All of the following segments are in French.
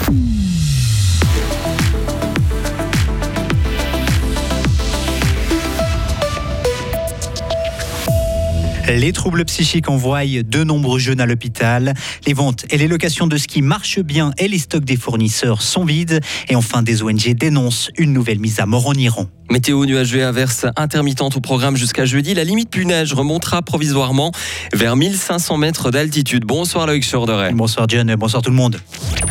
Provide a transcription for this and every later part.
Les troubles psychiques envoient de nombreux jeunes à l'hôpital. Les ventes et les locations de ski marchent bien et les stocks des fournisseurs sont vides. Et enfin, des ONG dénoncent une nouvelle mise à mort en Iran. Météo nuageux et averses intermittentes au programme jusqu'à jeudi. La limite plus neige remontera provisoirement vers 1500 mètres d'altitude. Bonsoir Loïc Chorderet. Bonsoir John, bonsoir tout le monde.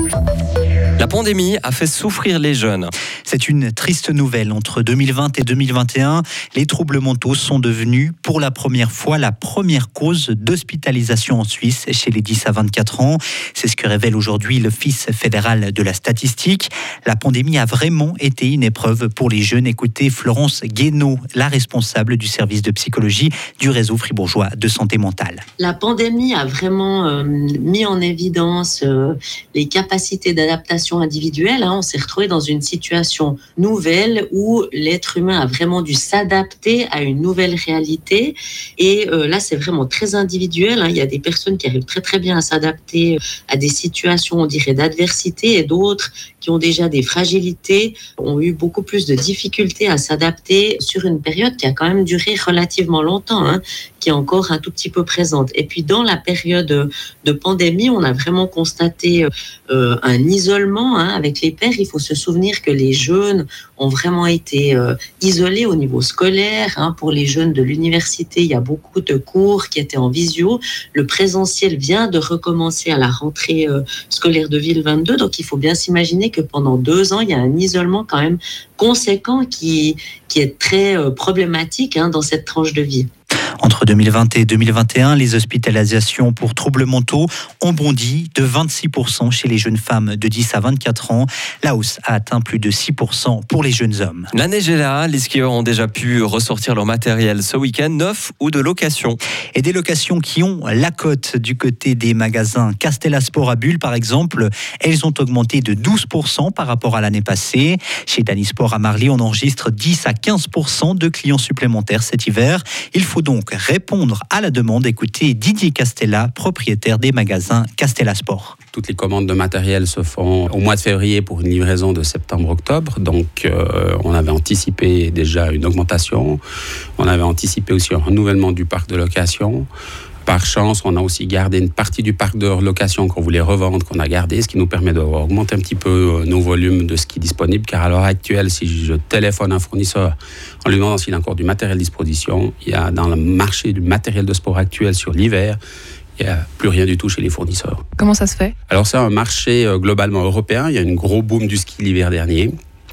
La pandémie a fait souffrir les jeunes. C'est une triste nouvelle. Entre 2020 et 2021, les troubles mentaux sont devenus pour la première fois la première cause d'hospitalisation en Suisse chez les 10 à 24 ans. C'est ce que révèle aujourd'hui l'Office fédéral de la statistique. La pandémie a vraiment été une épreuve pour les jeunes. Écoutez Florence Guénaud, la responsable du service de psychologie du réseau fribourgeois de santé mentale. La pandémie a vraiment mis en évidence les capacités d'adaptation individuelle. On s'est retrouvé dans une situation nouvelle où l'être humain a vraiment dû s'adapter à une nouvelle réalité. Et là, c'est vraiment très individuel. Il y a des personnes qui arrivent très très bien à s'adapter à des situations, on dirait, d'adversité, et d'autres qui ont déjà des fragilités, ont eu beaucoup plus de difficultés à s'adapter sur une période qui a quand même duré relativement longtemps, qui est encore un tout petit peu présente. Et puis dans la période de pandémie, on a vraiment constaté un isolement avec les pairs. Il faut se souvenir que les jeunes ont vraiment été isolés au niveau scolaire. Pour les jeunes de l'université, il y a beaucoup de cours qui étaient en visio. Le présentiel vient de recommencer à la rentrée scolaire de 2022. Donc il faut bien s'imaginer que pendant 2 ans, il y a un isolement quand même conséquent qui est très problématique dans cette tranche de vie. Entre 2020 et 2021, les hospitalisations pour troubles mentaux ont bondi de 26% chez les jeunes femmes de 10 à 24 ans. La hausse a atteint plus de 6% pour les jeunes hommes. La neige est là, les skieurs ont déjà pu ressortir leur matériel ce week-end, neuf ou de location. Et des locations qui ont la cote du côté des magasins Castella Sport à Bulle, par exemple, elles ont augmenté de 12% par rapport à l'année passée. Chez Dani Sport à Marly, on enregistre 10 à 15% de clients supplémentaires cet hiver. Il faut donc répondre à la demande. Écoutez Didier Castella, propriétaire des magasins Castella Sport. Toutes les commandes de matériel se font au mois de février pour une livraison de septembre-octobre. Donc, on avait anticipé déjà une augmentation. On avait anticipé aussi un renouvellement du parc de location. Par chance, on a aussi gardé une partie du parc de location qu'on voulait revendre, qu'on a gardé, ce qui nous permet d'augmenter un petit peu nos volumes de ski disponible. Car à l'heure actuelle, si je téléphone un fournisseur en lui demandant s'il a encore du matériel à disposition, il y a dans le marché du matériel de sport actuel sur l'hiver, il n'y a plus rien du tout chez les fournisseurs. Comment ça se fait ? Alors c'est un marché globalement européen. Il y a un gros boom du ski l'hiver dernier.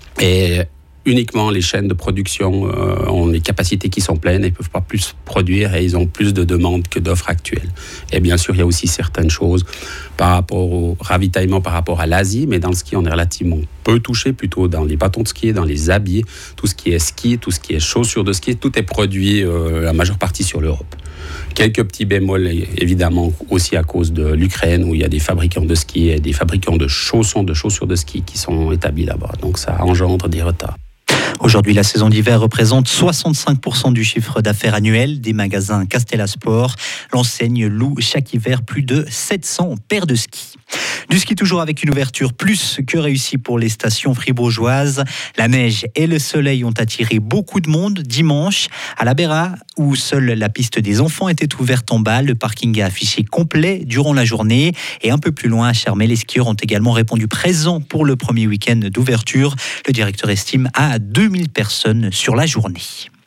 Et uniquement les chaînes de production ont les capacités qui sont pleines et ne peuvent pas plus produire et ils ont plus de demandes que d'offres actuelles. Et bien sûr, il y a aussi certaines choses par rapport au ravitaillement, par rapport à l'Asie, mais dans le ski, on est relativement peu touché, plutôt dans les bâtons de ski, dans les habits, tout ce qui est ski, tout ce qui est chaussures de ski, tout est produit la majeure partie sur l'Europe. Quelques petits bémols, évidemment, aussi à cause de l'Ukraine, où il y a des fabricants de ski et des fabricants de chaussons, de chaussures de ski qui sont établis là-bas. Donc ça engendre des retards. Aujourd'hui, la saison d'hiver représente 65% du chiffre d'affaires annuel des magasins Castella Sport. L'enseigne loue chaque hiver plus de 700 paires de skis. Du ski toujours avec une ouverture plus que réussie pour les stations fribourgeoises. La neige et le soleil ont attiré beaucoup de monde dimanche. À la Béra, où seule la piste des enfants était ouverte en bas, le parking a affiché complet durant la journée. Et un peu plus loin, à Charmey, les skieurs ont également répondu présents pour le premier week-end d'ouverture. Le directeur estime à 2000 personnes sur la journée.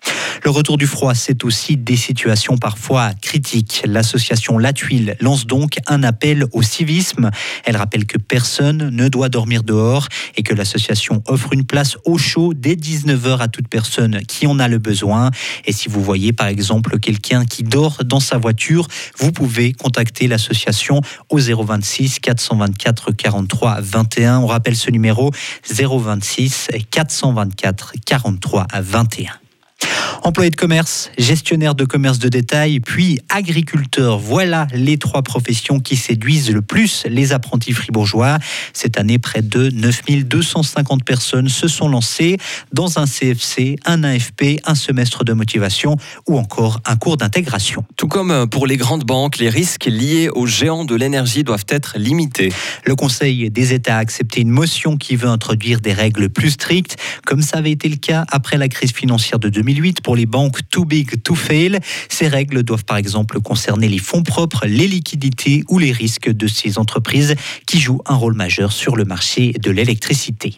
Le retour du froid, c'est aussi des situations parfois critiques. L'association La Tuile lance donc un appel au civisme. Elle rappelle que personne ne doit dormir dehors et que l'association offre une place au chaud dès 19h à toute personne qui en a le besoin. Et si vous voyez par exemple quelqu'un qui dort dans sa voiture, vous pouvez contacter l'association au 026 424 43 21. On rappelle ce numéro 026 424 43 21. Employés de commerce, gestionnaires de commerce de détail, puis agriculteurs. Voilà les 3 professions qui séduisent le plus les apprentis fribourgeois. Cette année, près de 9250 personnes se sont lancées dans un CFC, un AFP, un semestre de motivation ou encore un cours d'intégration. Tout comme pour les grandes banques, les risques liés aux géants de l'énergie doivent être limités. Le Conseil des États a accepté une motion qui veut introduire des règles plus strictes, comme ça avait été le cas après la crise financière de 2008 pour les banques too big to fail. Ces règles doivent par exemple concerner les fonds propres, les liquidités ou les risques de ces entreprises qui jouent un rôle majeur sur le marché de l'électricité.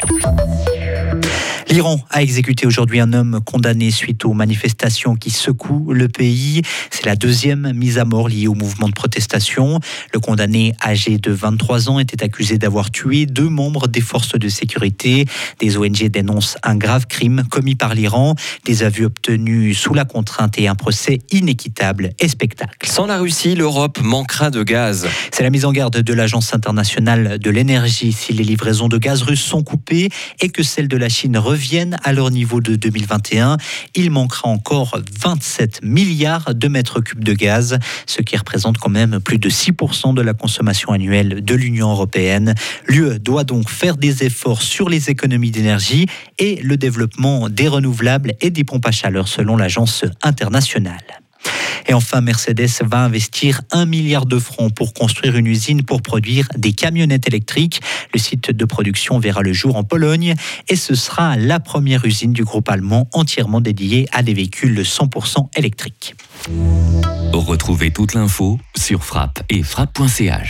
L'Iran a exécuté aujourd'hui un homme condamné suite aux manifestations qui secouent le pays. C'est la 2e mise à mort liée au mouvement de protestation. Le condamné, âgé de 23 ans, était accusé d'avoir tué 2 membres des forces de sécurité. Des ONG dénoncent un grave crime commis par l'Iran, des aveux obtenus sous la contrainte et un procès inéquitable et spectacle. Sans la Russie, l'Europe manquera de gaz. C'est la mise en garde de l'Agence internationale de l'énergie si les livraisons de gaz russes sont coupées et que celles de la Chine reviennent à leur niveau de 2021. Il manquera encore 27 milliards de mètres cubes de gaz, ce qui représente quand même plus de 6% de la consommation annuelle de l'Union européenne. L'UE doit donc faire des efforts sur les économies d'énergie et le développement des renouvelables et des pompes à chaleur selon l'Agence internationale. Et enfin, Mercedes va investir 1 milliard de francs pour construire une usine pour produire des camionnettes électriques. Le site de production verra le jour en Pologne et ce sera la première usine du groupe allemand entièrement dédiée à des véhicules 100% électriques. Retrouvez toute l'info sur frappe et frappe.ch.